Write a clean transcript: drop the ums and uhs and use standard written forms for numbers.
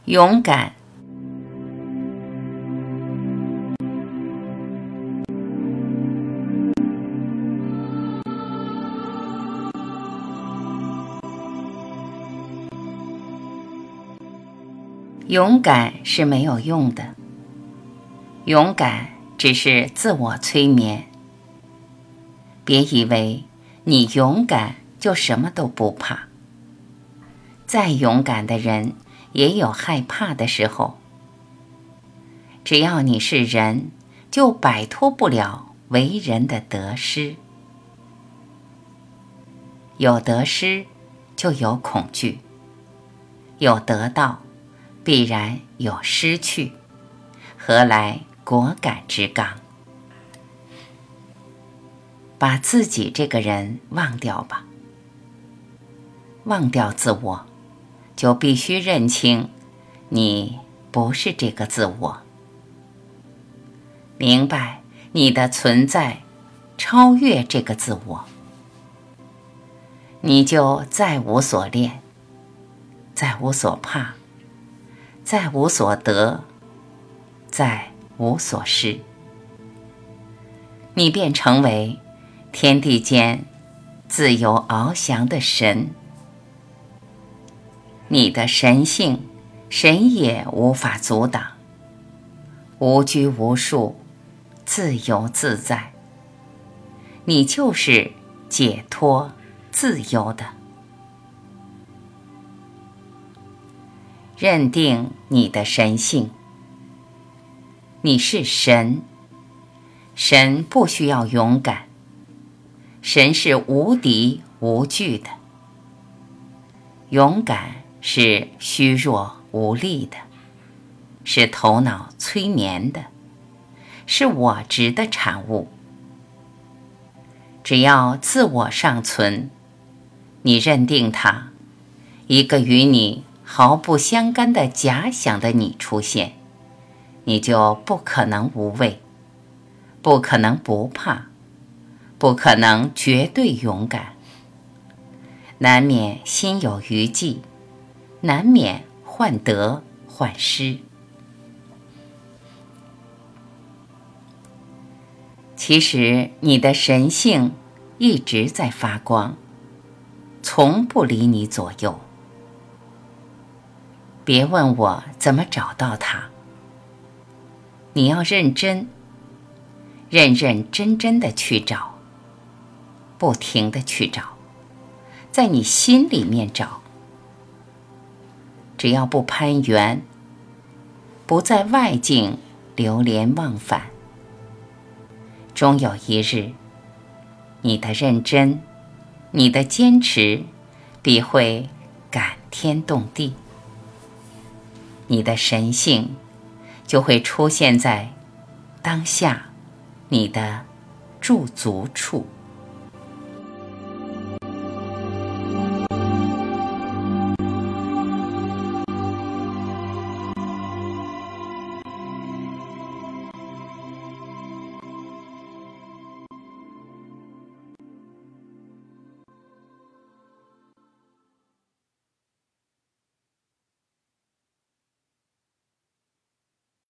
勇敢。勇敢是没有用的，勇敢只是自我催眠。别以为你勇敢就什么都不怕，再勇敢的人也有害怕的时候。只要你是人，就摆脱不了为人的得失。有得失，就有恐惧；有得到，必然有失去，何来果敢之刚？把自己这个人忘掉吧。忘掉自我，就必须认清你不是这个自我。明白你的存在超越这个自我，你就再无所恋，再无所怕，再无所得，再无所失。你便成为天地间自由翱翔的神。你的神性，谁也无法阻挡，无拘无束，自由自在。你就是解脱自由的。认定你的神性，你是神。神不需要勇敢，神是无敌无惧的。勇敢是虚弱无力的，是头脑催眠的，是我执的产物。只要自我尚存，你认定它，一个与你毫不相干的假想的你出现，你就不可能无畏，不可能不怕，不可能绝对勇敢。难免心有余悸，难免患得患失。其实你的神性一直在发光，从不离你左右。别问我怎么找到它，你要认真，认认真真的去找，不停地去找，在你心里面找。只要不攀援，不在外境流连忘返，终有一日，你的认真，你的坚持，必会感天动地。你的神性就会出现在当下你的驻足处。